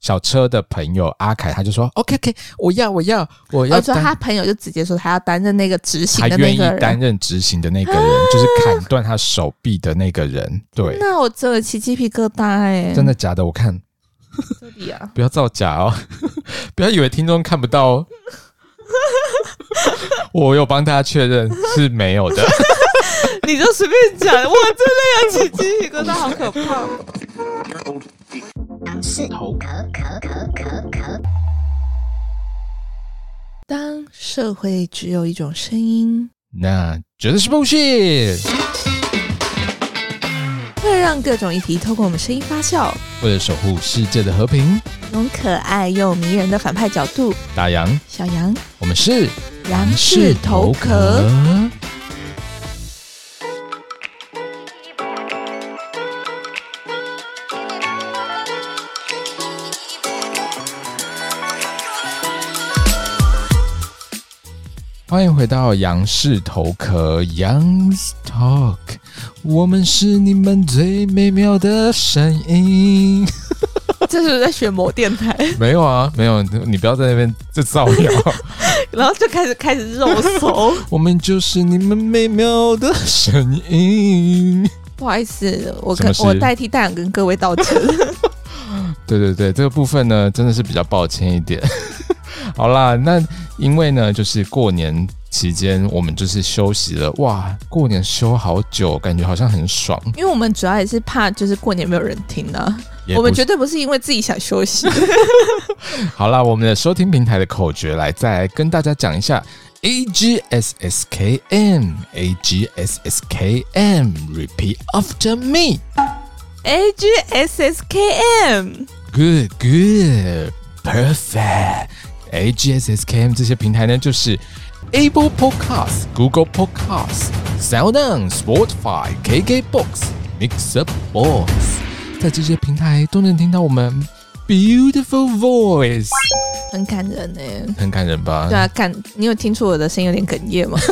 小车的朋友阿凯他就说 OK， 我要说他朋友就直接说他要担任那个执行的那个人， 他愿意担任执行的那个人，就是砍断他手臂的那个人。对， 那我真的起鸡皮疙瘩真的假的？我看这里啊， 不要造假哦，不要以为听众看不到我有帮大家确认是没有的。 你就随便讲，我真的要起鸡皮疙瘩，好可怕。当社会只有一种声音， 那绝对是bullshit。 为了让各种议题透过我们声音发酵， 为了守护世界的和平， 用可爱又迷人的反派角度， 大洋、 小杨， 我们是杨氏头壳。 欢迎回到杨氏头壳 Young's Talk， 我们是你们最美妙的声音。 这是不是在学某电台？ 没有啊，没有，你不要在那边就造谣。 然后就开始肉搜。 我们就是你们美妙的声音。 不好意思，我代替大洋跟各位道歉。 对，这个部分呢，真的是比较抱歉一点。好啦，那因为呢，就是过年期间我们就是休息了，哇，过年休好久，感觉好像很爽。 因为我们主要也是怕就是过年没有人听啊，我们绝对不是因为自己想休息。 好啦，我们的收听平台的口诀再来跟大家讲一下。AGSSKM AGSSKM Repeat after me AGSSKM Good Perfect AGSSKM 这些平台呢，就是 Apple Podcasts, Google Podcasts、SoundOn、Spotify、KKBox、Mixerbox， 在这些平台都能听到我们 beautiful voice， 很感人耶， 很感人吧？ 对啊，你有听出我的声音有点哽咽吗？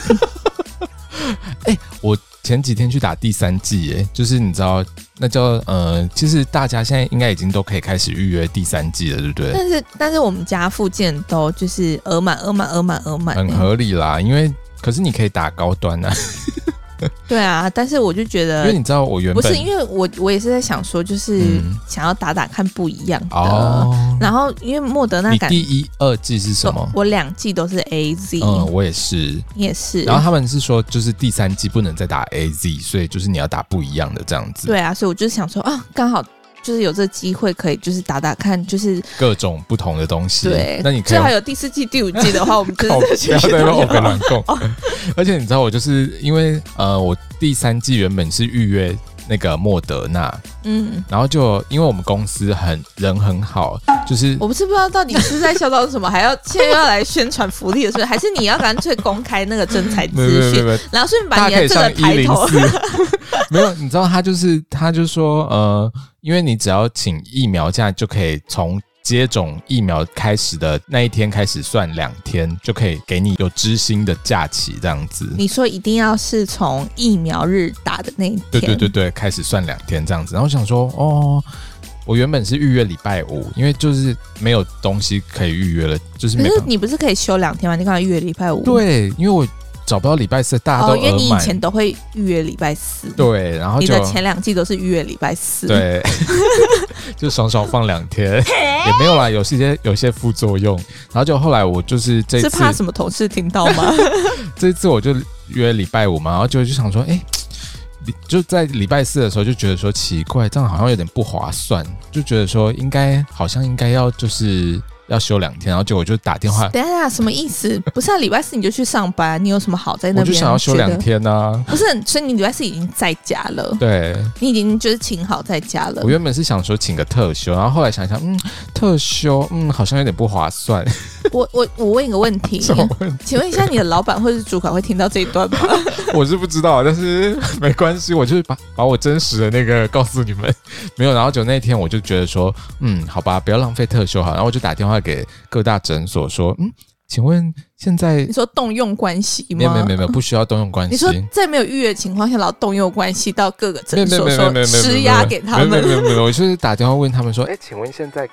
我前几天去打第3剂耶，就是你知道那叫其实大家现在应该已经都可以开始预约第3剂了，对不对？ 但是我们家附近都就是额满， 很合理啦。因为可是你可以打高端啊。 对啊，但是我就觉得， 因为你知道我原本不是因为我也是在想说，就是想要打看不一样的。然后因为莫德纳你第1、2剂是什么？ 我2剂都是 AZ。 我也是， 你也是。 然后他们是说，就是第3剂不能再打 AZ， 所以就是你要打不一样的这样子。 对啊，所以我就想说啊，刚好就是有这个机会可以就是打看，就是各种不同的东西。 对， 那你可以最好有第4季、第5季的话，我们就是不要在那边乱供。而且你知道，我就是因为我第3季原本是预约那个莫德纳，然后就因为我们公司人很好，就是我不知道到底是在笑到什么，现在要来宣传福利的时候，还是你要干脆公开那个征才资讯，然后顺便把你的这个抬头。 没有，你知道他就说因为你只要请疫苗假，就可以从接种疫苗开始的那一天开始算2天，就可以给你有知心的假期这样子。 你说一定要是从疫苗日打的那一天？ 对，开始算2天这样子。然后我想说，我原本是预约礼拜5，因为就是没有东西可以预约了，就是没。 可是你不是可以休2天吗？你刚才预约礼拜5。 对，因为我找不到礼拜4，大家都额满。 因为你以前都会预约礼拜4。 对，然后你的前2季都是预约礼拜4。 对，就爽放2天，也没有啦，有些副作用。然后就后来我就是这一次是怕什么同事听到吗？ 这一次我就约礼拜5嘛，然后就想说，就在礼拜4的时候就觉得说奇怪，这样好像有点不划算，就觉得说好像应该要就是要休2天，然后结果我就打电话。 等一下，什么意思？不是礼拜4你就去上班，你有什么好在那边？ 我就想要休2天啊。 不是，所以你礼拜4已经在家了。 对，你已经就是请好在家了。 我原本是想说请个特休，然后后来想想，特休，好像有点不划算。 我问一个问题， 什么问题？ 请问一下，你的老板或是主管会听到这一段吗？ 我是不知道，但是没关系，我就是把我真实的那个告诉你们。没有，然后就那天我就觉得说，好吧，不要浪费特休好，然后我就打电话给各大诊所说，请问现在你说动用关系吗？ 没有，不需要动用关系。 你说在没有预约的情况下，然后动用关系到各个诊所说施压给他们？ 没有，我就是打电话问他们说，请问现在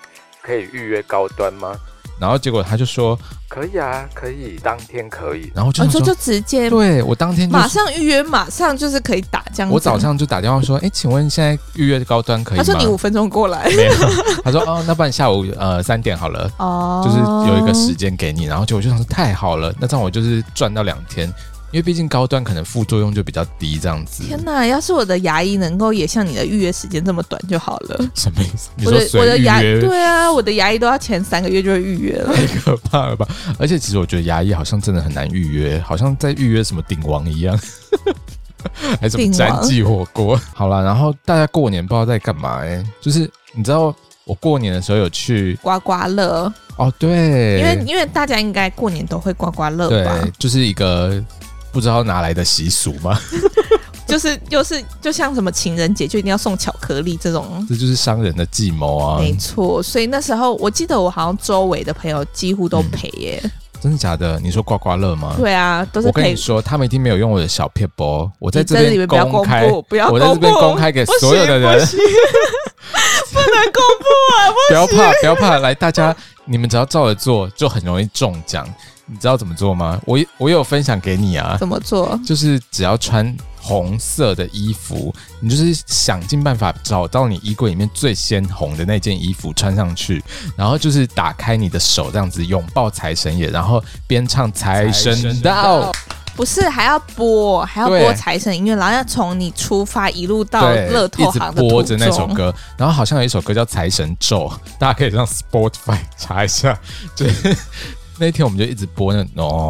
可以预约高端吗？然后结果他就说可以啊，可以，当天可以。然后就就直接对我当天就马上预约，马上就是可以打这样子。 我早上就打电话说，请问现在预约高端可以吗？ 他说你5分钟过来， 没有，他说那不然下午3点好了，就是有一个时间给你。然后就我就想说太好了，那这样我就是赚到2天。因为毕竟高端可能副作用就比较低，这样子。 天哪！要是我的牙医能够也像你的预约时间这么短就好了。 什么意思？你说随预约？ 对啊，我的牙医都要前3个月就会预约了， 太可怕了吧！而且其实我觉得牙医好像真的很难预约，好像在预约什么鼎王一样，还是什么詹记火锅。好啦，然后大家过年不知道在干嘛就是你知道我过年的时候有去刮刮乐哦，对， 因为大家应该过年都会刮刮乐吧？ 对，就是一个。不知道哪来的习俗吗？ 就像什么情人节就一定要送巧克力这种， 这就是商人的计谋啊！ 没错，所以那时候我记得我好像周围的朋友几乎都赔耶。 真的假的？你说刮刮乐吗？ 对啊，都是赔。 我跟你说，他们一定没有用我的小撇步，我在这边公开， 不要我在这边公开给所有的人， 不能公布啊！ 不要怕，来大家，你们只要照着做，就很容易中奖。你知道怎么做吗？我有分享给你啊。 怎么做？ 就是只要穿红色的衣服，你就是想尽办法找到你衣柜里面最鲜红的那件衣服穿上去，然后就是打开你的手这样子拥抱财神爷，然后边唱财神到。 不是还要播财神音乐，然后要从你出发一路到乐透行的途中，一直播着那首歌，然后好像有一首歌叫财神咒，大家可以上 Spotify 查一下，就是那一天我们就一直播那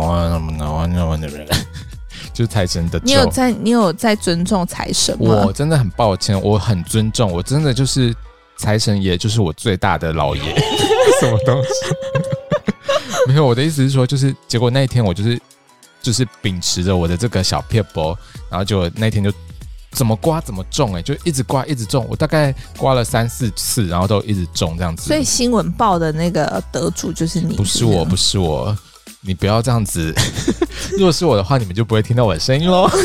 就是财神的咒。 你有在尊重财神吗？ 我真的很抱歉，我很尊重，我真的就是财神爷，就是我最大的老爷。什么东西？没有，我的意思是说，就是结果那一天我就是秉持着我的这个小撇步，然后就那天就怎么刮怎么中就一直刮一直中，我大概刮了3-4次，然后都一直中这样子。 所以新闻报的那个得主就是你？ 不是我，你不要这样子。如果是我的话，你们就不会听到我的声音咯。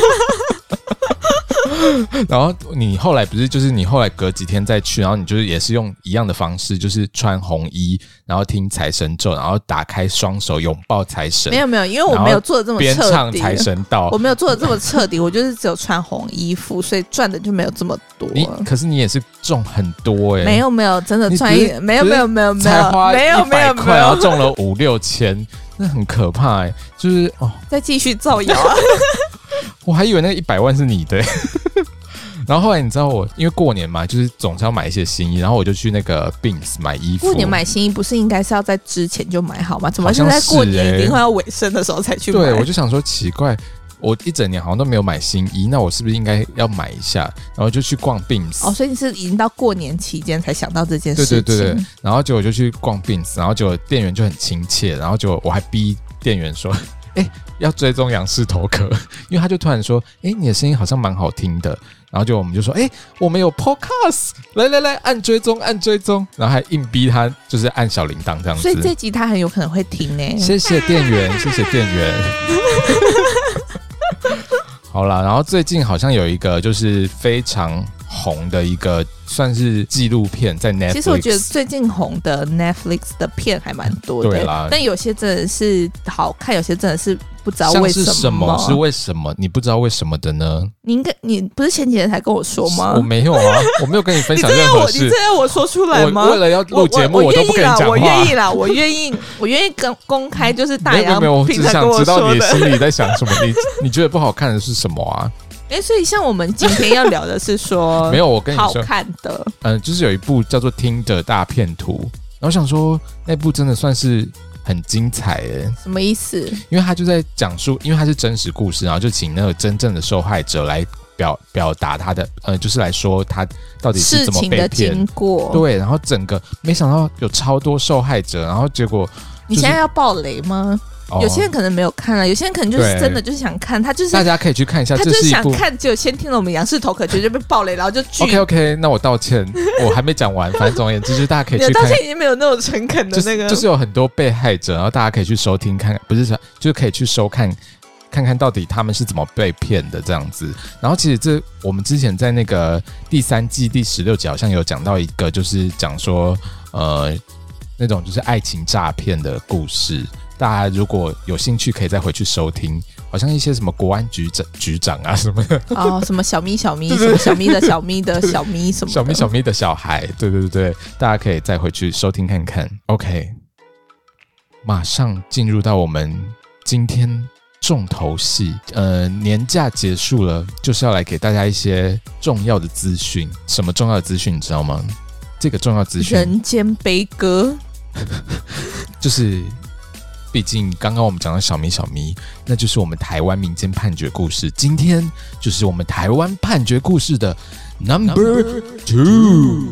然后你后来不是就是你后来隔几天再去，然后你就是也是用一样的方式，就是穿红衣，然后听财神咒，然后打开双手拥抱财神。 没有，因为我没有做的这么彻底， 边唱财神到， 我没有做的这么彻底，我就是只有穿红衣服，所以赚的就没有这么多。 可是你也是中很多没有，真的赚没有， 才花100块，然后中了5-6千，那很可怕就是再继续造谣啊！ 我还以为那个100万是你的。然后后来你知道我因为过年嘛，就是总是要买一些新衣，然后我就去那个 Beams 买衣服。 过年买新衣不是应该是要在之前就买好吗？怎么是在过年一定会要尾声的时候才去买？ 对，我就想说奇怪，我一整年好像都没有买新衣，那我是不是应该要买一下？然后就去逛 Beams。 所以你是已经到过年期间才想到这件事情。 对。然后结果就去逛 Beams， 然后结果店员就很亲切，然后结果我还逼店员说，要追踪杨氏头壳，因为他就突然说，你的声音好像蛮好听的。然后我们就说，我们有 podcast， 来按追踪，然后还硬逼他就是按小铃铛这样子。 所以这集他很有可能会听呢。 谢谢店员。好啦，然后最近好像有一个就是非常红的一个算是纪录片在 Netflix。其实我觉得最近红的 Netflix 的片还蛮多的， 对啦， 但有些真的是好看，有些真的是不知道为什么。 像是什么？是为什么？你不知道为什么的呢？ 你不是前几天才跟我说吗？ 我没有啊，我没有跟你分享任何事。 你这要我说出来吗？ 我为了要录节目，我都不跟你讲话。 我愿意啦，我愿意公开，就是大洋没有，我只想知道你的心里在想什么。你觉得不好看的是什么啊？ 所以像我们今天要聊的是说， 没有，我跟你说， 好看的， 就是有一部叫做《Tinder 大骗图》，然后想说那部真的算是很精彩什么意思？ 因为他就在讲述，因为他是真实故事，然后就请那个真正的受害者来表达他的就是来说他到底是怎么被骗， 事情的经过。 对，然后整个没想到有超多受害者，然后结果、 你现在要爆雷吗？有些人可能没有看啊，有些人可能就是真的就是想看，他就是大家可以去看一下， 他就是想看，结果先听了我们杨氏头壳，觉得被爆雷，然后就 OK， 那我道歉，我还没讲完，反正总而言之，就是大家可以去看。 道歉已经没有那种诚恳的那个， 就是有很多被害者，然后大家可以去收听看，不是就是可以去收看看到底他们是怎么被骗的这样子。然后其实我们之前在那个第3季第16集好像有讲到一个，就是讲说那种就是爱情诈骗的故事。大家如果有兴趣，可以再回去收听。好像一些什么国安局长啊什么的什么小咪什么小咪的小咪的小咪什么的小咪的小孩，对，大家可以再回去收听看看。OK， 马上进入到我们今天重头戏。年假结束了，就是要来给大家一些重要的资讯。什么重要的资讯你知道吗？这个重要资讯， 人间悲歌， 就是毕竟刚刚我们讲到小咪，那就是我们台湾民间判决故事。今天就是我们台湾判决故事的 Number 2。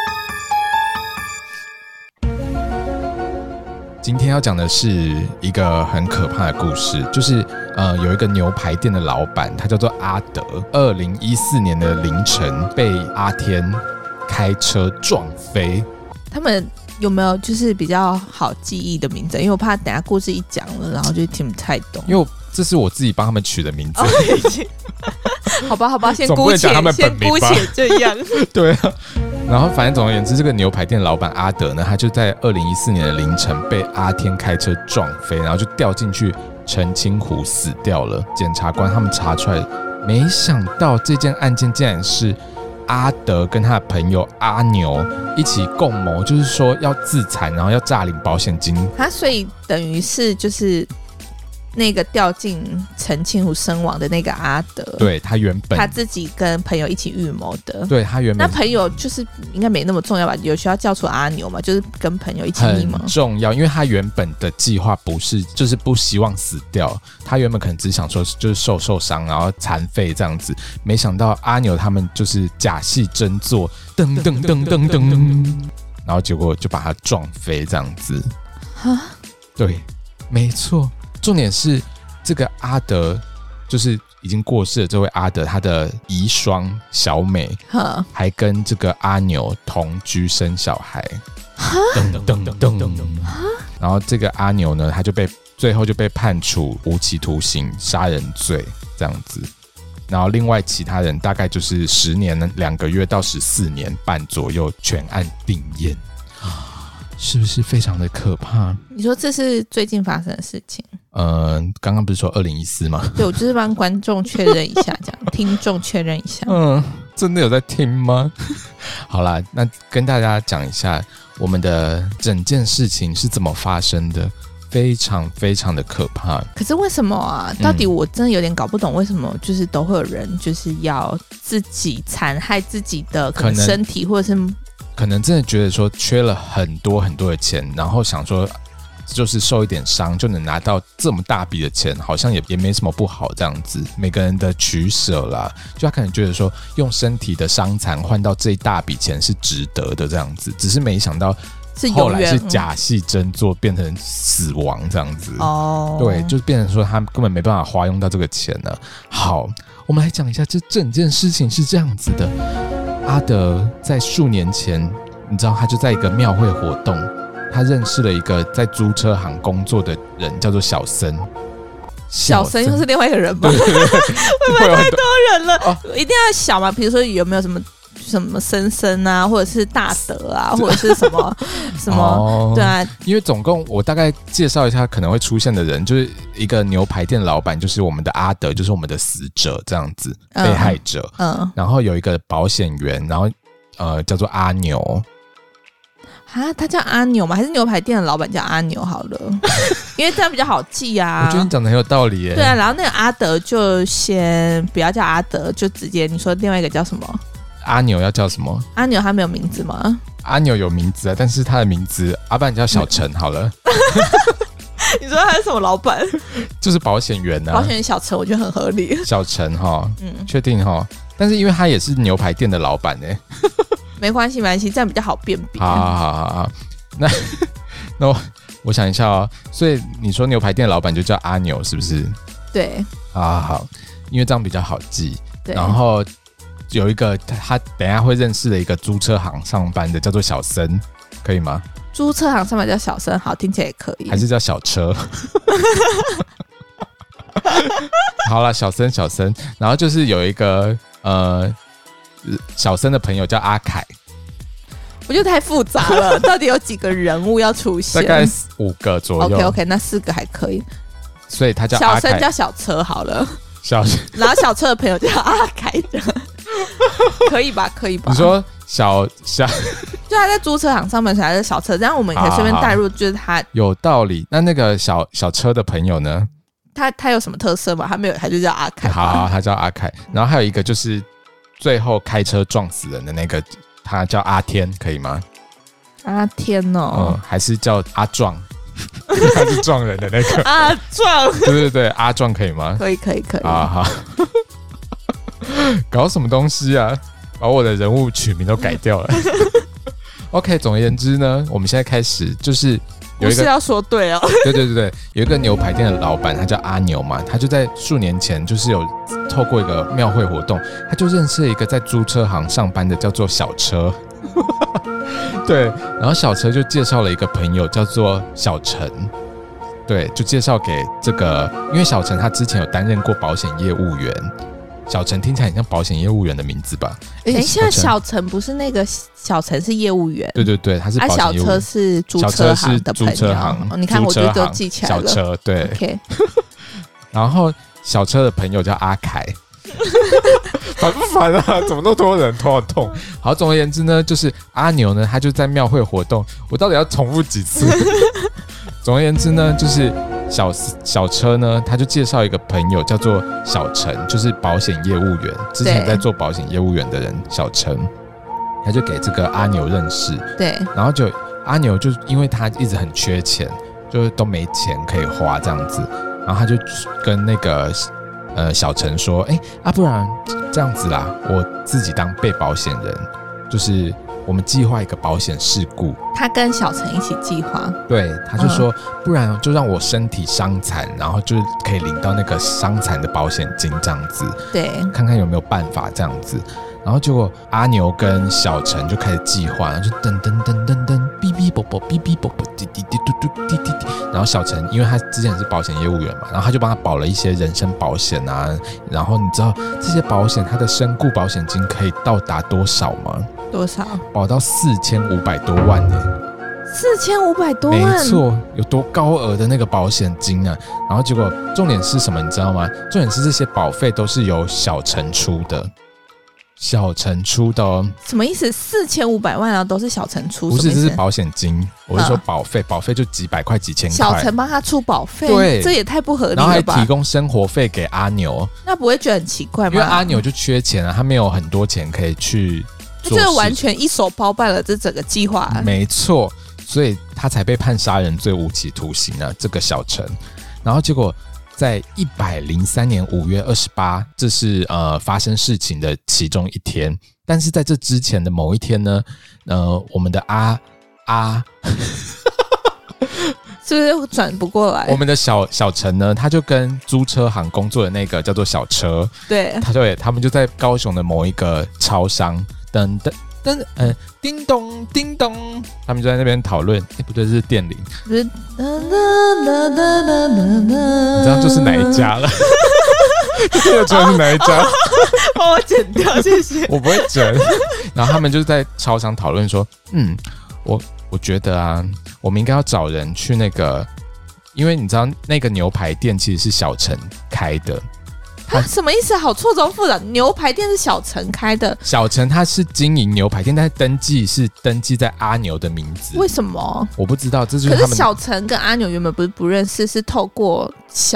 今天要讲的是一个很可怕的故事，就是有一个牛排店的老板，他叫做阿德。2014年的凌晨被阿天开车撞飞。 他们有没有就是比较好记忆的名字？因为我怕等下故事一讲了，然后就听不太懂。 因为这是我自己帮他们取的名字。 好吧，先姑且这样。 对啊。然后反正总而言之，这个牛排店的老板阿德呢，他就在2014年的凌晨被阿天开车撞飞，然后就掉进去澄清湖死掉了。检察官他们查出来，没想到这件案件竟然是阿德跟他的朋友阿牛一起共谋，就是说要自残，然后要诈领保险金。 所以等于是就是那个掉进澄清湖身亡的那个阿德， 对，他原本他自己跟朋友一起预谋的。 对，他原本那朋友就是应该没那么重要吧？有需要叫出阿牛嘛？就是跟朋友一起密谋很重要，因为他原本的计划不是就是不希望死掉，他原本可能只想说就是受伤然后残废这样子，没想到阿牛他们就是假戏真做，噔，然后结果就把他撞飞这样子。对，没错。重点是这个阿德就是已经过世的这位阿德，他的遗孀小美还跟这个阿牛同居生小孩。然后这个阿牛呢，他就最后就被判处无期徒刑杀人罪这样子。然后另外其他人大概就是10年2个月到14年半左右全案定谳。是不是非常的可怕？ 你说这是最近发生的事情？ 刚刚不是说2014吗？ 对，我就是帮观众确认一下，这样听众确认一下。 真的有在听吗？好啦，那跟大家讲一下我们的整件事情是怎么发生的，非常非常的可怕。 可是为什么啊？到底我真的有点搞不懂，为什么就是都会有人就是要自己残害自己的可能身体，或者是可能真的觉得说缺了很多很多的钱，然后想说就是受一点伤就能拿到这么大笔的钱，好像也没什么不好这样子。每个人的取舍啦，就他可能觉得说用身体的伤残换到这一大笔钱是值得的这样子，只是没想到后来是假戏真做，变成死亡这样子。对，就变成说他根本没办法花用到这个钱了。好，我们来讲一下这整件事情是这样子的。阿德在数年前，你知道他就在一个庙会活动，他认识了一个在租车行工作的人，叫做小森。 小森又是另外一个人吗？会不会太多人了？一定要小嘛？比如说有没有什么森啊，或者是大德啊，或者是什么对啊。 因为总共我大概介绍一下可能会出现的人，就是一个牛排店老板，就是我们的阿德，就是我们的死者这样子，被害者。然后有一个保险员，然后叫做阿牛。 他叫阿牛吗？还是牛排店的老板叫阿牛好了？因为这样比较好记啊。 我觉得你讲的很有道理耶。 对啊，然后那个阿德就先不要叫阿德，就直接你说另外一个叫什么？ 阿牛要叫什么？ 阿牛他没有名字吗？ 阿牛有名字啊，但是他的名字不然叫小陈好了。 你说他是什么老板？ 就是保险员啊。 保险员小陈，我觉得很合理。 小陈哈，确定哈？但是因为他也是牛排店的老板哎。 没关系，这样比较好辨别。 好，那我想一下哦。所以你说牛排店的老板就叫阿牛，是不是？ 对。 好，因为这样比较好记。 对。 然后有一个他等一下会认识的一个租车行上班的，叫做小森，可以吗？ 租车行上班叫小森，好，听起来也可以。 还是叫小车？好啦，小森，然后就是有一个小森的朋友叫阿凯。 我觉得太复杂了，到底有几个人物要出现？ 大概5个左右。 OK， 那4个还可以。 所以他叫阿凯， 小陈叫小车好了，然后小车的朋友叫阿凯的，可以吧？可以吧？ 你说小就他在租车行上班，还是小车，这样我们也可以顺便带入，就是他有道理。那个小车的朋友呢？ 他有什么特色吗？他没有，他就叫阿凯。 好，他叫阿凯。然后还有一个就是最后开车撞死人的那个，他叫阿天，可以吗？ 阿天哦， 还是叫阿壮？他是撞人的那个阿壮。 对，阿壮可以吗？ 可以。 啊，好。搞什么东西啊？把我的人物取名都改掉了。OK， 总而言之呢，我们现在开始就是有一个， 不是要说对哦。 对，有一个牛排店的老板，他叫阿牛嘛，他就在数年前就是有透过一个庙会活动，他就认识了一个在租车行上班的叫做小车。对，然后小车就介绍了一个朋友叫做小陈，对，就介绍给这个，因为小陈他之前有担任过保险业务员。小陈听起来很像保险业务员的名字吧？ 等一下，小陈不是那个小陈是业务员， 对，他是保险业务员。 小车是租车行的朋友。 租车行， 你看我就都记起来了。 小车对。 OK。 然后小车的朋友叫阿凯，烦不烦啊？怎么那么多人，头好痛。好，总而言之呢，就是阿牛呢，他就在庙会活动。我到底要重复几次？总而言之呢，就是小车呢，他就介绍一个朋友叫做小陈，就是保险业务员，之前在做保险业务员的人，小陈，他就给这个阿牛认识。对，然后就阿牛就因为他一直很缺钱，就是都没钱可以花这样子，然后他就跟那个小陈说，不然这样子啦，我自己当被保险人，就是我们计划一个保险事故。 他跟小陈一起计划。对， 他就说，不然就让我身体伤残，然后就可以领到那个伤残的保险金这样子。对，看看有没有办法这样子。然后结果阿牛跟小陈就开始计划，然后就噔噔噔噔噔，哔哔啵啵，哔哔啵啵，滴滴滴嘟嘟滴滴滴。然后小陈因为他之前是保险业务员嘛，然后他就帮他保了一些人身保险啊。然后你知道这些保险它的身故保险金可以到达多少吗？多少？保到4500多万耶！4500多万，没错，有多高额的那个保险金啊！然后结果重点是什么，你知道吗？重点是这些保费都是由小陈出的。小陈出的哦，什么意思？4500万啊，都是小陈出？不是，这是保险金。我是说保费，保费就几百块、几千块。小陈帮他出保费，对，这也太不合理了吧？然后还提供生活费给阿牛，那不会觉得很奇怪吗？因为阿牛就缺钱啊，他没有很多钱可以去做事，这完全一手包办了这整个计划。没错，所以他才被判杀人罪、无期徒刑啊，这个小陈。然后结果在103年5月28，这是发生事情的其中一天。但是在这之前的某一天呢，我们的阿是不是转不过来？我们的小陈呢，他就跟租车行工作的那个叫做小车，对，他们就在高雄的某一个超商，噔噔噔，叮咚叮咚，他们就在那边讨论。不对，这是电铃，不是，你知道这是哪一家了？听得出来是哪一家？帮我剪掉，谢谢。我不会剪。然后他们就在超商讨论说，我觉得啊，我们应该要找人去那个，因为你知道那个牛排店其实是小陈开的。什么意思？好错综复杂。牛排店是小陈开的，小陈他是经营牛排店，但是登记在阿牛的名字。为什么？我不知道，这就是他们。可是小陈跟阿牛原本不认识，是透过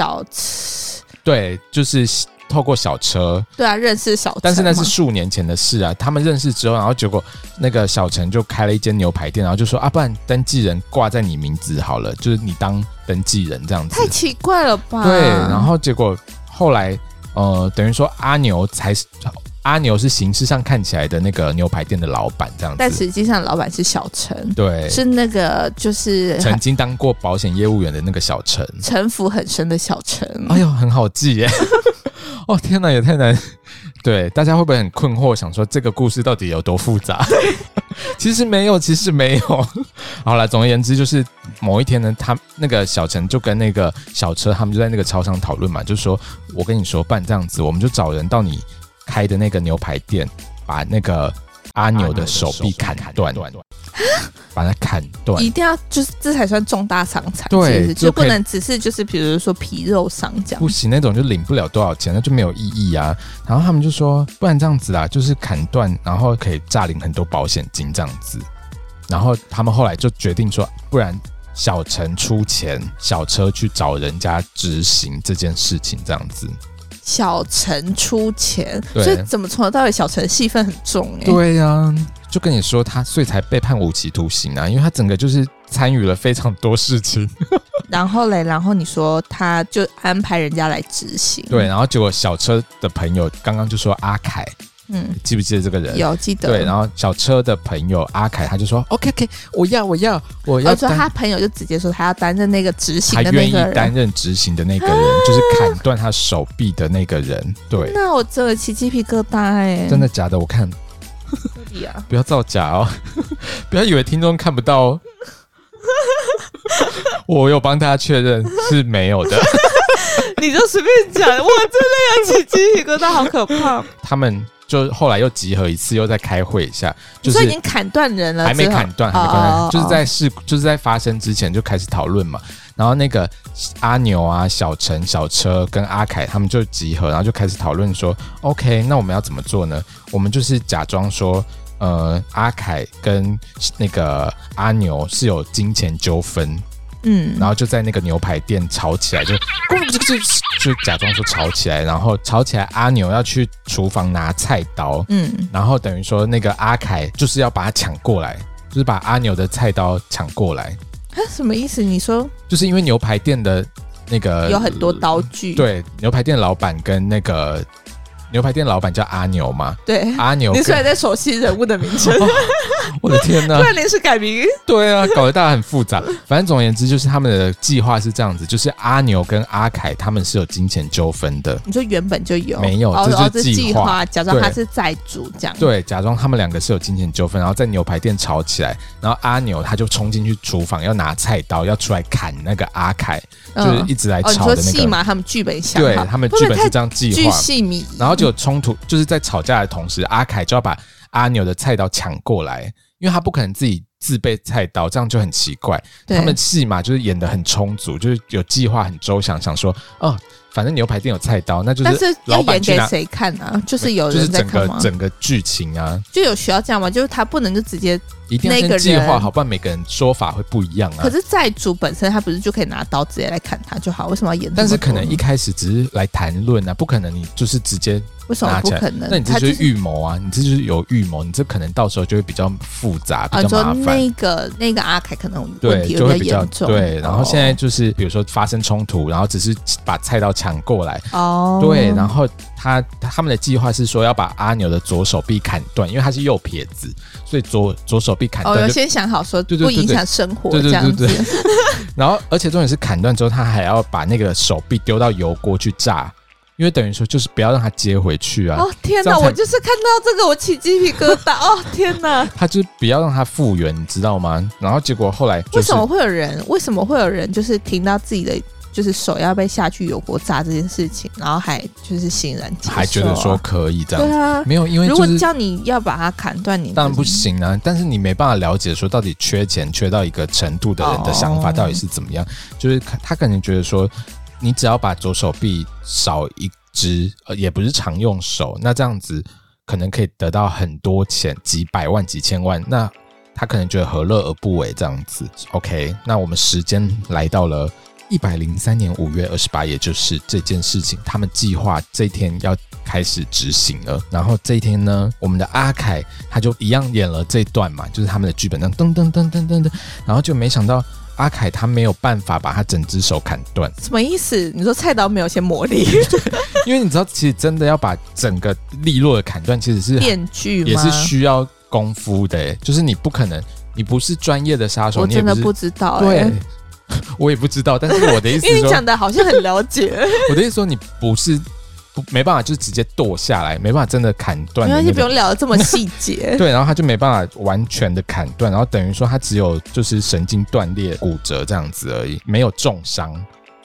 对，就是透过小车，对啊，认识小陈，但是那是数年前的事啊。他们认识之后，然后结果那个小陈就开了一间牛排店，然后就说不然登记人挂在你名字好了，就是你当登记人这样子。太奇怪了吧？对，然后结果后来等于说阿牛是形式上看起来的那个牛排店的老板这样子，但实际上老板是小陈，对，是那个就是曾经当过保险业务员的那个小陈，城府很深的小陈。哎呦，很好记耶！哦天哪，也太难。对，大家会不会很困惑，想说这个故事到底有多复杂？其实没有。好了，总而言之，就是某一天呢，他那个小陈就跟那个小车，他们就在那个超商讨论嘛，就说我跟你说，不然这样子，我们就找人到你开的那个牛排店，把那个阿牛的手臂砍断， 把它砍断， 一定要就是这才算重大伤残， 对， 就不能只是就是比如说皮肉伤这样， 不行，那种就领不了多少钱，那就没有意义啊。然后他们就说，不然这样子啦，就是砍断，然后可以诈领很多保险金这样子。然后他们后来就决定说，不然小陈出钱，小车去找人家执行这件事情，这样子。 小陈出钱，所以怎么从头到尾小陈戏份很重对啊，就跟你说他，所以才被判无期徒刑啊，因为他整个就是参与了非常多事情。 然后你说他就安排人家来执行， 对，然后结果小车的朋友刚刚就说阿凯。记不记得这个人？ 有记得。 对，然后小车的朋友阿凯他就说 OK， 我要。 说他朋友就直接说他要担任那个执行的那个人， 他愿意担任执行的那个人，就是砍断他手臂的那个人。对， 那我真的起鸡皮疙瘩真的假的？我看，不要造假哦，不要以为听众看不到哦。我有帮大家确认是没有的。 你就随便讲，我真的要起鸡皮疙瘩，好可怕。 他们就后来又集合一次，又再开会一下， 就是已经砍断人了， 还没砍断，就是在发生之前就开始讨论嘛。然后那个阿牛啊、小陈、小车跟阿凯他们就集合，然后就开始讨论说 ，OK， 那我们要怎么做呢？我们就是假装说，阿凯跟那个阿牛是有金钱纠纷。然后就在那个牛排店吵起来，就假装说吵起来，然后吵起来，阿牛要去厨房拿菜刀，然后等于说那个阿凯就是要把他抢过来，就是把阿牛的菜刀抢过来。 什么意思？你说就是因为牛排店的那个有很多刀具， 对，牛排店老板跟那个牛排店老板叫阿牛嘛， 对， 阿牛， 你虽然在熟悉人物的名称。 我的天哪！ 突然临时改名， 对啊，搞得大家很复杂。反正总而言之，就是他们的计划是这样子，就是阿牛跟阿凯他们是有金钱纠纷的。 你说原本就有？ 没有，这是计划， 假装他是债主这样。 对，假装他们两个是有金钱纠纷，然后在牛排店吵起来，然后阿牛他就冲进去厨房要拿菜刀要出来砍那个阿凯，就是一直来吵的那个。 你说戏码他们剧本想好， 对，他们剧本是这样计划， 巨细靡遗。 然后就有冲突，就是在吵架的同时，阿凯就要把阿牛的菜刀抢过来。因为他不可能自己自备菜刀，这样就很奇怪。他们戏码就是演得很充足，就是有计划很周详，想说反正牛排店有菜刀，那就是老板去拿。 但是要演给谁看啊？就是有人在看吗？ 就是整个剧情啊， 就有需要这样吗？就是他不能就直接一定要先计划好，不然每个人说法会不一样啊。 可是债主本身他不是就可以拿刀直接来砍他就好？为什么要演？ 但是可能一开始只是来谈论啊，不可能你就是直接。 为什么不可能？ 那你这就是预谋啊！你这就是有预谋，你这可能到时候就会比较复杂，比较麻烦。 那个阿凯可能问题有点严重， 对。然后现在就是比如说发生冲突，然后只是把菜刀抢过来，对。然后他们的计划是说要把阿牛的左手臂砍断，因为他是右撇子，所以左手臂砍断。 有先想好说不影响生活，这样子。 然后而且重点是砍断之后，他还要把那个手臂丢到油锅去炸。因为等于说就是不要让他接回去啊！ 天哪，我就是看到这个我起鸡皮疙瘩天哪！ 他就是不要让他复原，你知道吗？然后结果后来、 为什么会有人就是听到自己的就是手要被下去油锅炸这件事情，然后还就是欣然接受还觉得说可以这样？ 对啊， 没有，因为、 如果叫你要把它砍断，你当然不行啊！但是你没办法了解说到底缺钱缺到一个程度的人的想法到底是怎么样，就是他可能觉得说。你只要把左手臂少一只，也不是常用手，那这样子可能可以得到很多钱，几百万、几千万，那他可能觉得何乐而不为这样子。OK， 那我们时间来到了103年5月28，也就是这件事情，他们计划这一天要开始执行了。然后这一天呢，我们的阿凯他就一样演了这一段嘛，就是他们的剧本，噔噔噔噔噔噔，然后就没想到。阿凯他没有办法把他整只手砍断， 什么意思？你说菜刀没有些魔力？ 因为你知道，其实真的要把整个利落的砍断，其实是电锯吗？ 也是需要功夫的，就是你不可能，你不是专业的杀手， 我真的不知道， 对，我也不知道。但是我的意思是说， 因为你讲的好像很了解。 我的意思说，你不是。没办法，就是直接剁下来，没办法真的砍断。 没关系，不用聊得这么细节。 对，然后他就没办法完全的砍断，然后等于说他只有就是神经断裂、骨折这样子而已，没有重伤。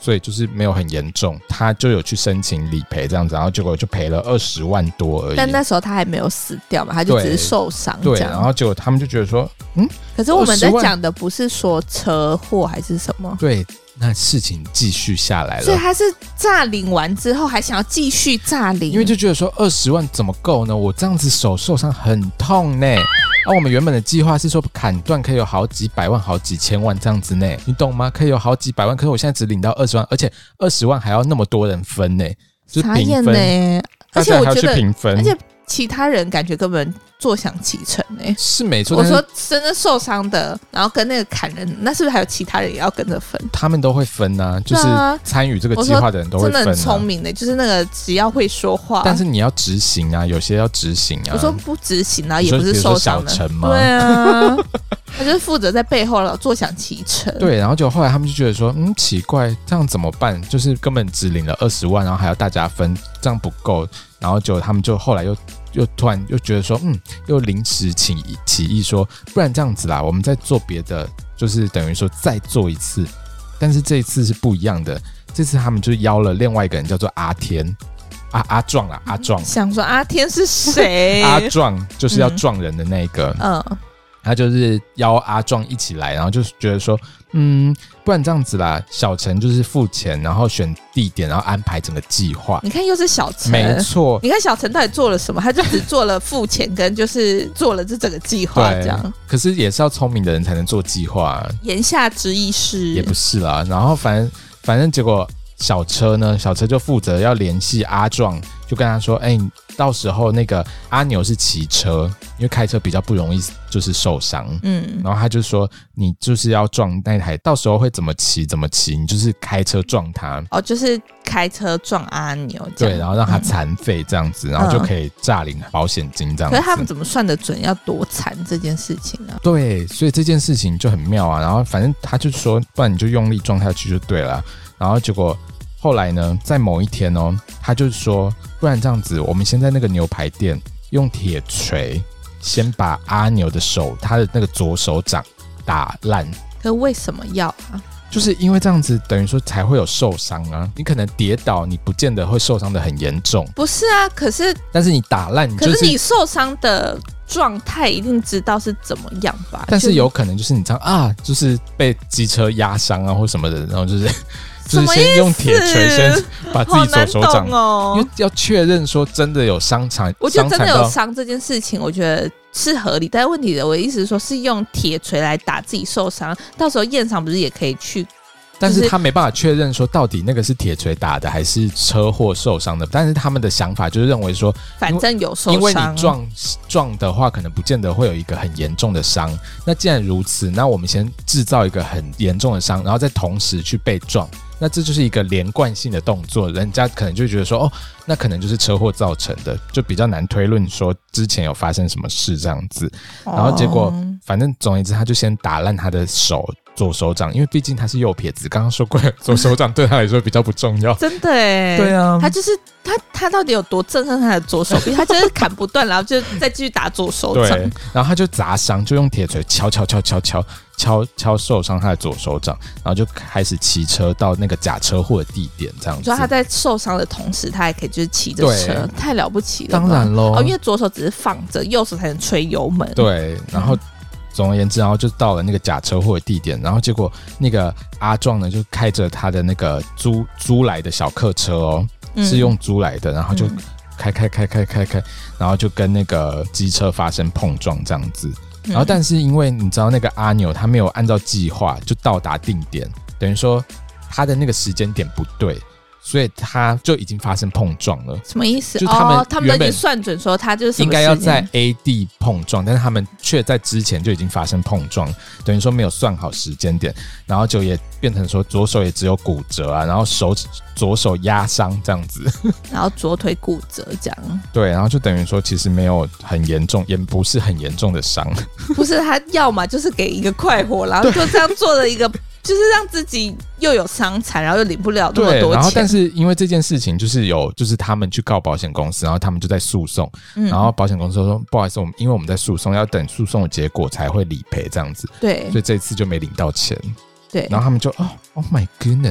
所以就是没有很严重，他就有去申请理赔这样子，然后结果就赔了20万多而已。 但那时候他还没有死掉嘛，他就只是受伤这样。 对，然后结果他们就觉得说， 可是我们在讲的不是说车祸还是什么？ 对，那事情继续下来了， 所以他是诈领完之后还想要继续诈领， 因为就觉得说20万怎么够呢？我这样子手受伤很痛呢。我们原本的计划是说砍断可以有好几百万好几千万这样子呢，你懂吗？可以有好几百万，可是我现在只领到20万，而且20万还要那么多人分呢，就是平分呢。而且我觉得平分， 而且其他人感觉根本坐享其成欸， 是没错。 我说真的受伤的，然后跟那个砍人，那是不是还有其他人也要跟着分？ 他们都会分啊，就是参与这个计划的人都会分啊。 真的很聪明的，就是那个只要会说话， 但是你要执行啊，有些要执行啊。 我说不执行啊，也不是受伤的， 小陈吗？ 对啊，他就是负责在背后坐享其成。 对，然后就后来他们就觉得说，奇怪，这样怎么办？就是根本只领了20万，然后还要大家分，这样不够。然后他们就后来又突然又觉得说，又临时起意说，不然这样子啦，我们再做别的，就是等于说再做一次，但是这一次是不一样的。这次他们就邀了另外一个人，叫做阿天，阿壮啦，阿壮。 想说阿天是谁？ 阿壮就是要撞人的那个，他就是邀阿壮一起来，然后就觉得说，不然这样子啦，小陈就是付钱，然后选地点，然后安排整个计划。 你看又是小陈， 没错。 你看小陈到底做了什么？他就只做了付钱跟就是做了这整个计划这样。 可是也是要聪明的人才能做计划。 言下之意是也不是啦。然后反正结果小车就负责要联系阿壮，就跟他说，到时候那个阿牛是骑车，因为开车比较不容易就是受伤，然后他就说你就是要撞那台，到时候会怎么骑，你就是开车撞他， 就是开车撞阿牛这样， 对，然后让他残废这样子，然后就可以诈领保险金这样子。 可是他们怎么算得准要多残这件事情呢？ 对，所以这件事情就很妙啊。然后反正他就说，不然你就用力撞下去就对了。然后结果后来呢，在某一天他就说，不然这样子，我们先在那个牛排店用铁锤先把阿牛的手，他的那个左手掌打烂。 可是为什么要啊？ 就是因为这样子等于说才会有受伤啊，你可能跌倒，你不见得会受伤的很严重。 不是啊， 但是你打烂， 可是你受伤的状态一定知道是怎么样吧？ 但是有可能就是你这样就是被机车压伤啊或什么的，然后就是先用铁锤先把自己左手掌，因为要确认说真的有伤残。 我觉得真的有伤这件事情，我觉得是合理。但是问题的，我的意思是说，是用铁锤来打自己受伤，到时候验伤不是也可以去？ 但是他没办法确认说到底那个是铁锤打的还是车祸受伤的。但是他们的想法就是认为说， 反正有受伤， 因为你撞的话，可能不见得会有一个很严重的伤。那既然如此，那我们先制造一个很严重的伤，然后再同时去被撞。那这就是一个连贯性的动作，人家可能就觉得说，那可能就是车祸造成的，就比较难推论说之前有发生什么事这样子。然后结果，反正总而言之，他就先打烂他的左手掌，因为毕竟他是右撇子，刚刚说过左手掌对他来说比较不重要。 真的耶， 对啊， 他就是他到底有多憎恨他的左手臂？他就是砍不断，然后就再继续打左手掌。 对，然后他就砸伤，就用铁锤敲受伤他的左手掌，然后就开始骑车到那个假车祸的地点，这样子。 所以他在受伤的同时，他还可以就是骑着车，太了不起了。 当然咯， 因为左手只是放着，右手才能吹油门。 对，然后。总而言之，然后就到了那个假车祸的地点，然后结果那个阿壮呢，就开着他的那个租来的小客车是用租来的，然后就开，然后就跟那个机车发生碰撞这样子。然后但是因为你知道那个阿牛他没有按照计划就到达定点，等于说他的那个时间点不对。所以他就已经发生碰撞了。 什么意思？ 就他们都已经算准说他就是什么应该要在 A 地碰撞，但是他们却在之前就已经发生碰撞，等于说没有算好时间点，然后就也变成说左手也只有骨折啊，然后左手压伤这样子， 然后左腿骨折这样。 对，然后就等于说其实没有很严重，也不是很严重的伤。 不是，他要么就是给一个快活，然后就这样做了一个。就是让自己又有伤残，然后又领不了那么多钱。 对，然后但是因为这件事情就是他们去告保险公司，然后他们就在诉讼，然后保险公司说不好意思，因为我们在诉讼，要等诉讼的结果才会理赔这样子。 对， 所以这一次就没领到钱。 对， 然后他们就Oh my goodness，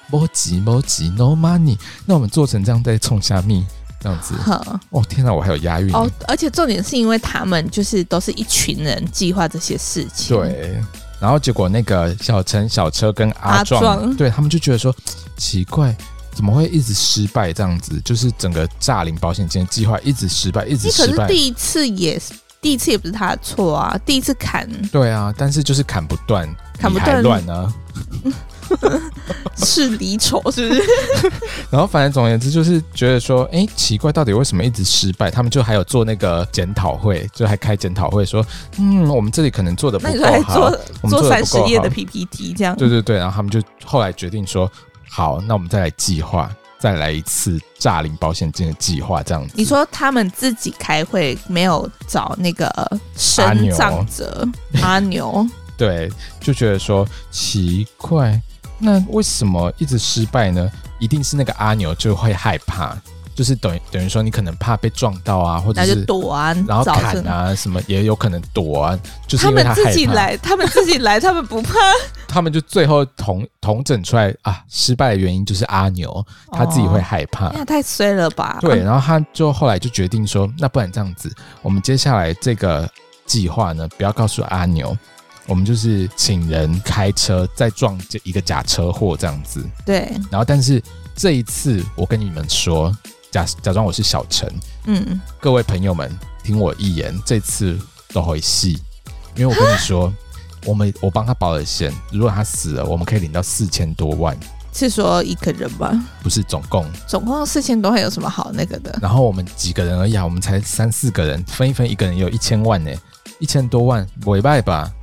没急 no money， 那我们做成这样再冲下蜜这样子。哦天哪，我还有押韵哦！ 而且重点是因为他们就是都是一群人计划这些事情。 对，然后结果那个小陈、小车跟阿壮，对他们就觉得说奇怪。怎么会一直失败这样子？就是整个诈领保险金的计划一直失败，一直失败。 可是第一次也不是他的错啊，第一次砍。 对啊，但是就是砍不断，砍不断，乱啊， 是离丑是不是？ 然后反正总而言之就是觉得说，奇怪，到底为什么一直失败？他们就还有做那个检讨会，就还开检讨会说，我们这里可能做的不够好， 我们做30页的 PPT 这样。 对对对，然后他们就后来决定说。好，那我们再来计划，再来一次诈领保险金的计划，这样子。 你说他们自己开会没有找那个身障者阿牛？ 对，就觉得说奇怪，那为什么一直失败呢？一定是那个阿牛就会害怕。就是等于说，你可能怕被撞到啊，或者是那就躲啊， 然后砍啊，什么也有可能躲啊，就是因为他害怕。他们自己来，他们不怕。 他们就最后统整出来啊，失败的原因就是阿牛他自己会害怕。 那太衰了吧？ 对，然后他就后来就决定说，那不然这样子，我们接下来这个计划呢，不要告诉阿牛。我们就是请人开车再撞一个假车祸这样子。 对， 然后但是这一次我跟你们说。假装我是小陈，各位朋友们听我一言，这次都会戏，因为我跟你说，我帮他保了险，如果他死了，我们可以领到4000多万。 是说一个人吗？ 不是，总共 4000多万有什么好那个的？ 然后我们几个人而已啊，我们才3-4个人，分一分，一个人有1000万呢，1000多万，委败吧。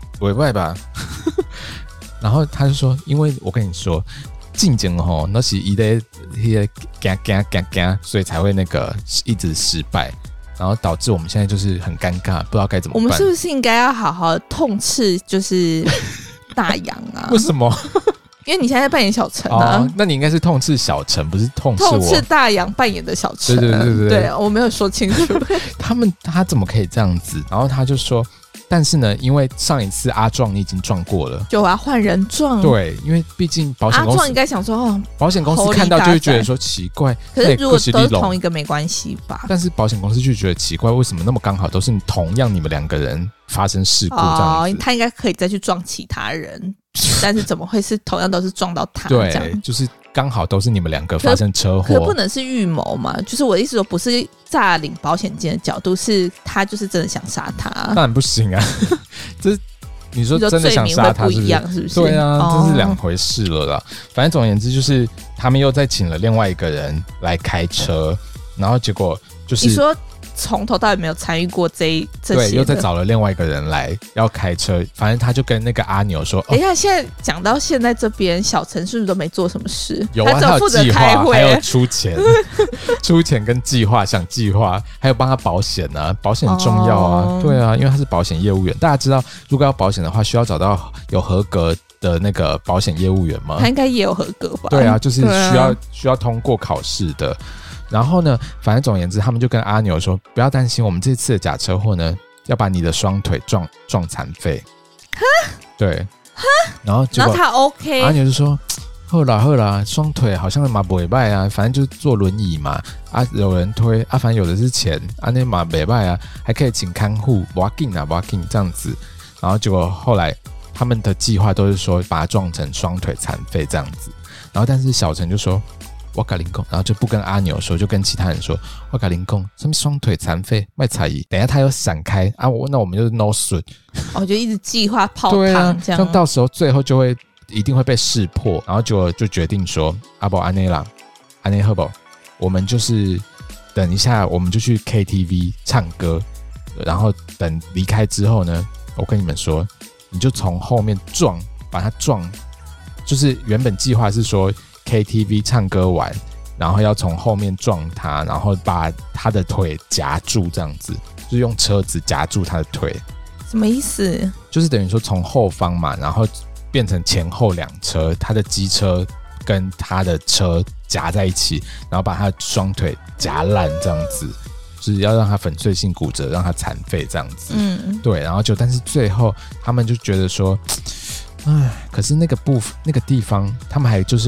然后他就说，因为我跟你说。进前那是一的干，所以才会那个一直失败，然后导致我们现在就是很尴尬，不知道该怎么办。 我们是不是应该要好好痛斥就是大洋啊？ 为什么？ 因为你现在扮演小陈啊， 那你应该是痛斥小陈，不是痛斥大洋扮演的小陈。 对， 我没有说清楚。 他怎么可以这样子？然后他就说。但是呢，因为上一次阿壮你已经撞过了， 就我要换人撞。 对，因为毕竟保险公司， 阿壮应该想说， 保险公司看到就会觉得说奇怪。 可是如果都是同一个没关系吧？ 但是保险公司就觉得奇怪，为什么那么刚好都是同样你们2个人发生事故这样子？ 他应该可以再去撞其他人，但是怎么会是同样都是撞到他？ 对，就是刚好都是你们2个发生车祸， 可不能是预谋嘛？就是我的意思说，不是诈领保险金的角度，是他就是真的想杀他， 当然不行啊！这你说真的想杀他是不是？ 对啊，这是2回事了啦。反正总而言之，就是他们又再请了另外一个人来开车，然后结果就是你说。从头到尾没有参与过这些， 对，又再找了另外一个人来要开车，反正他就跟那个阿牛说：“ 等一下，现在讲到现在这边，小陈是不是都没做什么事？ 有啊， 他负责开会， 还有出钱、出钱跟计划，想计划，还有帮他保险啊，保险很重要啊，对啊，因为他是保险业务员，大家知道，如果要保险的话，需要找到有合格的那个保险业务员吗？ 他应该也有合格吧？ 对啊，就是需要通过考试的。”然后呢，反正总而言之，他们就跟阿牛说，不要担心，我们这次的假车祸呢，要把你的双腿撞残废。对，然后他 OK， 阿牛就说，好啦，双腿好像嘛不会败啊，反正就坐轮椅嘛，啊有人推啊，反正有的是钱，啊那嘛不会败啊，还可以请看护 walking 这样子。然后结果后来他们的计划都是说把它撞成双腿残废这样子，然后但是小陈就说。我跟你讲，然后就不跟阿牛说，就跟其他人说，我跟你讲，什么双腿残废卖彩仪，等一下他又闪开啊，那我们就 no 损， 就一直计划泡汤这样， 像到时候最后就会一定会被识破，然后就决定说，阿宝安内啦，安内赫宝，我们就是等一下我们就去 KTV 唱歌，然后等离开之后呢，我跟你们说，你就从后面把他撞，就是原本计划是说。KTV 唱歌完，然后要从后面撞他，然后把他的腿夹住，这样子，就是用车子夹住他的腿。 什么意思？ 就是等于说从后方嘛，然后变成前后2车，他的机车跟他的车夹在一起，然后把他的双腿夹烂，这样子，就是要让他粉碎性骨折，让他残废这样子。对，然后但是最后他们就觉得说，可是那个地方，他们还就是有。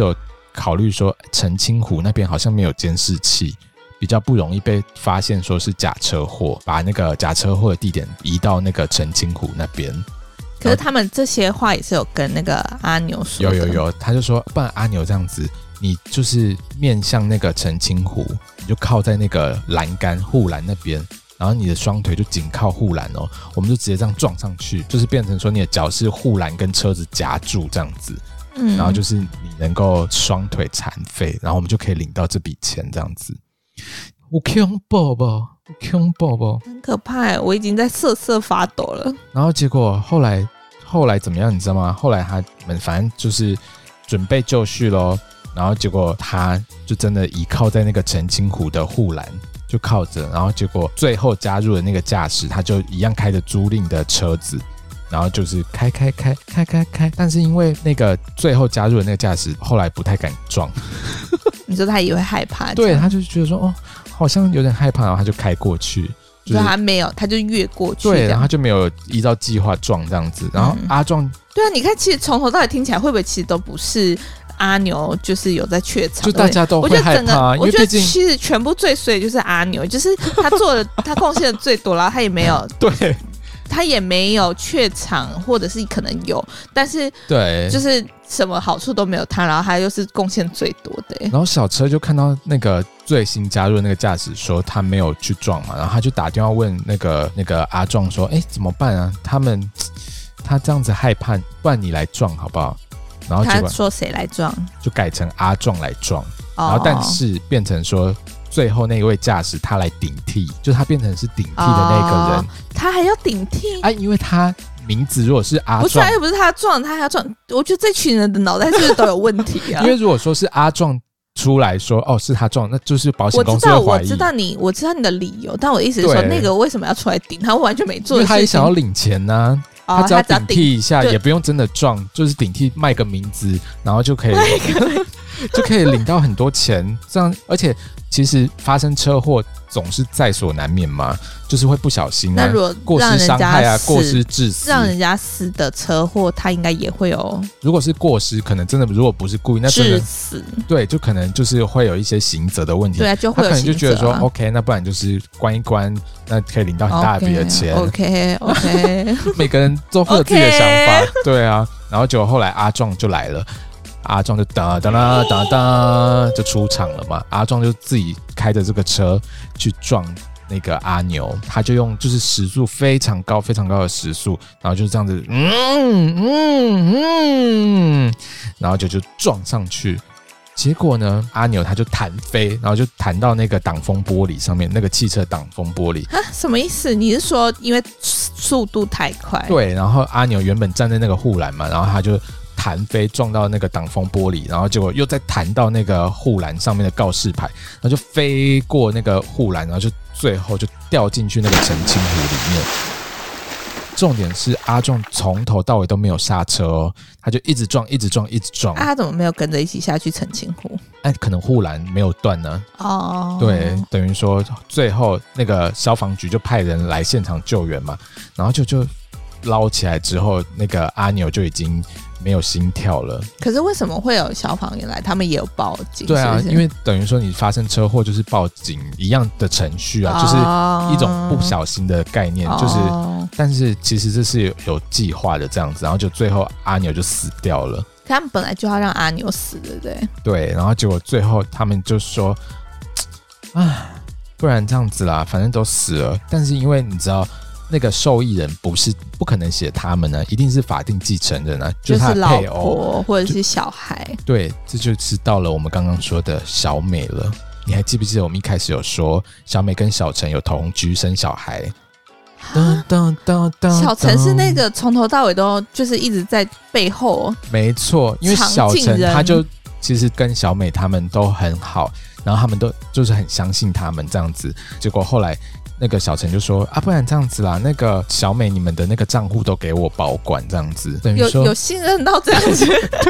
考虑说澄清湖那边好像没有监视器，比较不容易被发现说是假车祸，把那个假车祸的地点移到那个澄清湖那边。 可是他们这些话也是有跟那个阿牛说的。 有，他就说不然阿牛这样子，你就是面向那个澄清湖，你就靠在那个栏杆护栏那边，然后你的双腿就紧靠护栏哦，我们就直接这样撞上去，就是变成说你的脚是护栏跟车子夹住这样子，然后就是你能够双腿残废，然后我们就可以领到这笔钱这样子。我恐怖不？恐怖不？ 很可怕耶，我已经在瑟瑟发抖了。 然后结果后来怎么样，你知道吗？后来他们反正就是准备就绪咯，然后结果他就真的倚靠在那个澄清湖的护栏就靠着，然后结果最后加入的那个驾驶，他就一样开着租赁的车子，然后就是开，但是因为那个最后加入的那个驾驶后来不太敢撞， 你说他也会害怕？ 对，他就觉得说哦，好像有点害怕，然后他就开过去。 就是他没有，他就越过去， 对，然后他就没有依照计划撞这样子。然后阿壮， 对啊，你看，其实从头到尾听起来，会不会其实都不是阿牛，就是有在怯场？ 就大家都会害怕， 我觉得其实全部最衰的就是阿牛，就是他做的，他贡献的最多，然后他也没有对。 他也没有怯场，或者是可能有，但是对，就是什么好处都没有他，然后他又是贡献最多的。 然后小车就看到那个最新加入的那个驾驶说他没有去撞嘛，然后他就打电话问那个阿壮说：“哎，怎么办啊？他这样子害怕，不然你来撞好不好？”然后他说谁来撞？ 就改成阿壮来撞，然后但是变成说。最后那一位驾驶他来顶替，就是他变成是顶替的那个人， 他还要顶替啊？因为他名字如果是阿壮， 不是，又不是他撞，他还要撞。我觉得这群人的脑袋是不是都有问题啊？ 因为如果说是阿壮出来说哦是他撞，那就是保险公司会怀疑。 我知道你的理由，但我的意思是说，那个为什么要出来顶？他完全没做的事情， 因为他也想要领钱啊。他只要顶替一下，也不用真的撞，就是顶替卖个名字，然后就可以领到很多钱。这样，而且其实发生车祸总是在所难免嘛，就是会不小心啊，过失伤害啊，过失致死， 让人家死的车祸，他应该也会有。 如果是过失，可能真的如果不是故意，那真的致死， 对，就可能就是会有一些刑责的问题。 对啊，就会有他可能就觉得说 ，OK， 那不然就是关一关，那可以领到很大笔的钱。 OK， 每个人都会有自己的想法，对啊。然后结果后来阿壮就来了。阿壮就哒就出场了嘛。阿壮就自己开着这个车去撞那个阿牛，他就用就是时速非常高的时速，然后就这样子，然后就撞上去。结果呢，阿牛他就弹飞，然后就弹到那个挡风玻璃上面，那个汽车挡风玻璃。 什么意思？你是说因为速度太快？ 对，然后阿牛原本站在那个护栏嘛，然后他就弹飞撞到那个挡风玻璃，然后结果又再弹到那个护栏上面的告示牌，然后就飞过那个护栏，然后就最后就掉进去那个澄清湖里面。重点是阿壮从头到尾都没有刹车哦，他就一直撞。 他怎么没有跟着一起下去澄清湖？ 可能护栏没有断呢。对，等于说最后那个消防局就派人来现场救援嘛，然后就捞起来之后，那个阿牛就已经没有心跳了。 可是为什么会有消防员来？他们也有报警。 对啊， 是不是？ 因为等于说你发生车祸就是报警一样的程序啊，就是一种不小心的概念，就是但是其实这是有计划的这样子，然后就最后阿牛就死掉了。 可他们本来就要让阿牛死，对不对？ 对，然后结果最后他们就说，不然这样子啦，反正都死了。但是因为你知道。那个受益人不可能写他们呢，一定是法定继承人啊，就是他的配偶老婆或者是小孩。 对，这就是到了我们刚刚说的小美了。你还记不记得我们一开始有说小美跟小陈有同居生小孩？ 小陈是那个从头到尾都就是一直在背后。 没错，因为小陈他就其实跟小美他们都很好，然后他们都就是很相信他们这样子，结果后来。那个小陈就说不然这样子啦，那个小美你们的那个账户都给我保管这样子，等于说有信任到这样子，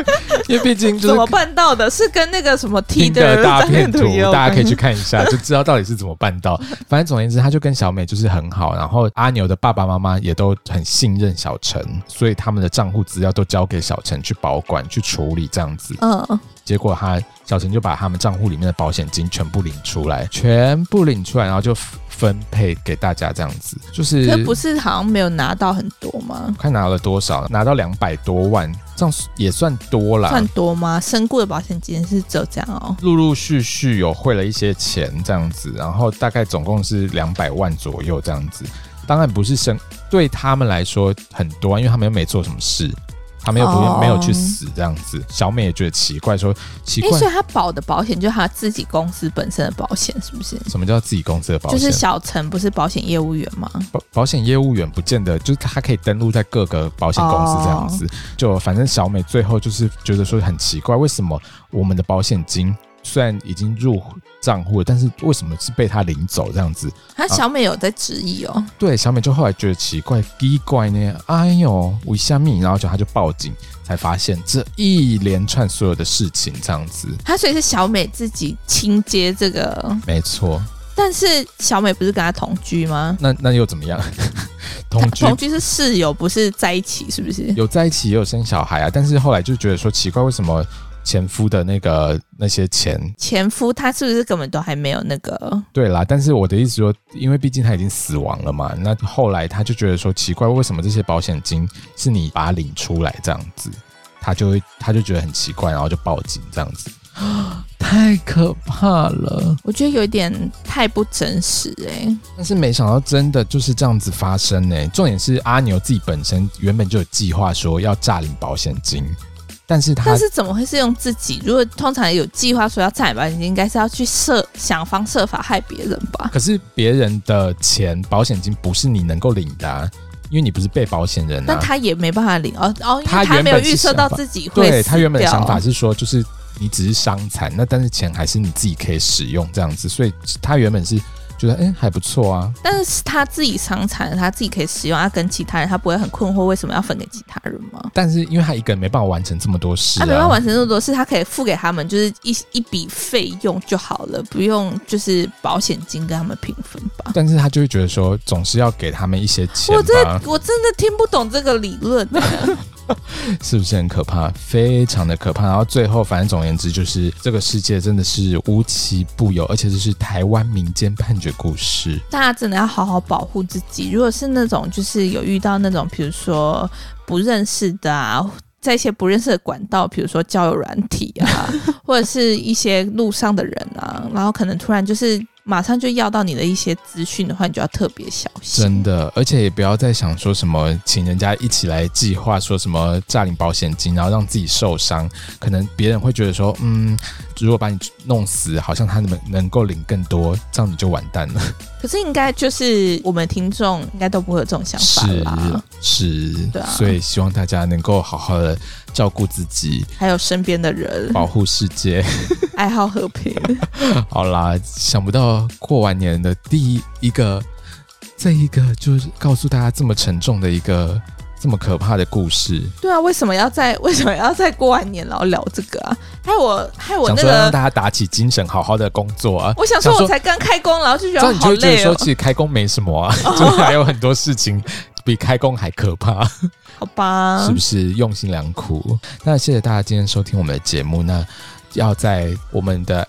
因为毕竟就是怎么办到的？是跟那个什么 T 的大片图，大家可以去看。 看一下，就知道到底是怎么办到。反正总而言之，他就跟小美就是很好，然后阿牛的爸爸妈妈也都很信任小陈，所以他们的账户资料都交给小陈去保管、去处理这样子。结果小陈就把他们账户里面的保险金全部领出来，然后就分配给大家这样子。就是可不是好像没有拿到很多吗？ 看拿了多少，拿到200多万，这样也算多啦。 算多吗？身故的保险金是只有这样哦。 陆陆续续有汇了一些钱这样子，然后大概总共是200万左右这样子。当然不是对他们来说很多，因为他们又没做什么事。他们又没有去死这样子，小美也觉得奇怪，说奇怪， 所以他保的保险就是他自己公司本身的保险，是不是？ 什么叫自己公司的保险？ 就是小陈不是保险业务员吗？ 保险业务员不见得，就是他可以登录在各个保险公司这样子。就反正小美最后就是觉得说很奇怪，为什么我们的保险金虽然已经入账户了，但是为什么是被他领走这样子？ 小美有在质疑哦。 对，小美就后来觉得奇怪呢，哎呦，为什么？然后他就报警，才发现这一连串所有的事情这样子。 所以是小美自己亲接这个， 没错。 但是小美不是跟他同居吗？ 那又怎么样？ 同居是室友，不是在一起，是不是？ 有在一起也有生小孩啊，但是后来就觉得说奇怪，为什么前夫的那些钱， 前夫他是不是根本都还没有那个？ 对啦，但是我的意思说，因为毕竟他已经死亡了嘛，那后来他就觉得说奇怪，为什么这些保险金是你把它领出来这样子？他就觉得很奇怪，然后就报警这样子。太可怕了， 我觉得有一点太不真实但是没想到真的就是这样子发生重点是阿牛自己本身原本就有计划说要诈领保险金，但是怎么会是用自己？如果通常有计划说要诈领保险金，应该是要去想方设法害别人吧？ 可是别人的钱保险金不是你能够领的因为你不是被保险人但他也没办法领因为他没有预测到自己会死掉。 对，他原本的想法是说，就是你只是伤残，但是钱还是你自己可以使用这样子，所以他原本是觉得还不错啊。 但是他自己伤残，他自己可以使用，他跟其他人他不会很困惑为什么要分给其他人吗？ 但是因为他一个人没办法完成这么多事他没办法完成这么多事，他可以付给他们就是一笔费用就好了，不用就是保险金跟他们平分吧。 但是他就会觉得说总是要给他们一些钱吧。 我真的听不懂这个理论是不是很可怕？非常的可怕。然后最后反正总而言之就是这个世界真的是无奇不有，而且这是台湾民间判决故事， 大家真的要好好保护自己。如果是那种就是有遇到那种比如说不认识的在一些不认识的管道，比如说交友软体或者是一些路上的人然后可能突然就是马上就要到你的一些资讯的话，你就要特别小心。 真的，而且也不要再想说什么请人家一起来计划说什么诈领保险金，然后让自己受伤，可能别人会觉得说如果把你弄死，好像他们能够领更多，这样你就完蛋了。 可是应该就是我们听众应该都不会有这种想法啦。 是，对所以希望大家能够好好的照顾自己， 还有身边的人， 保护世界， 爱好和平。 好啦，想不到过完年的这一个就是告诉大家这么沉重的一个这么可怕的故事。 对啊，为什么要在过完年然后聊这个害我那个想说让大家打起精神好好的工作我想说我才刚开工，然后就觉得好累你就会觉得说其实开工没什么就是还有很多事情比开工还可怕。 好吧， 是不是用心良苦？那谢谢大家今天收听我们的节目，那要在我们的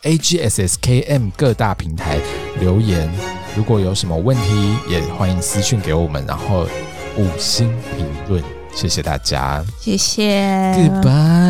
AGSSKM 各大平台留言，如果有什么问题也欢迎私讯给我们，然后5星评论，谢谢大家， 谢谢 Goodbye。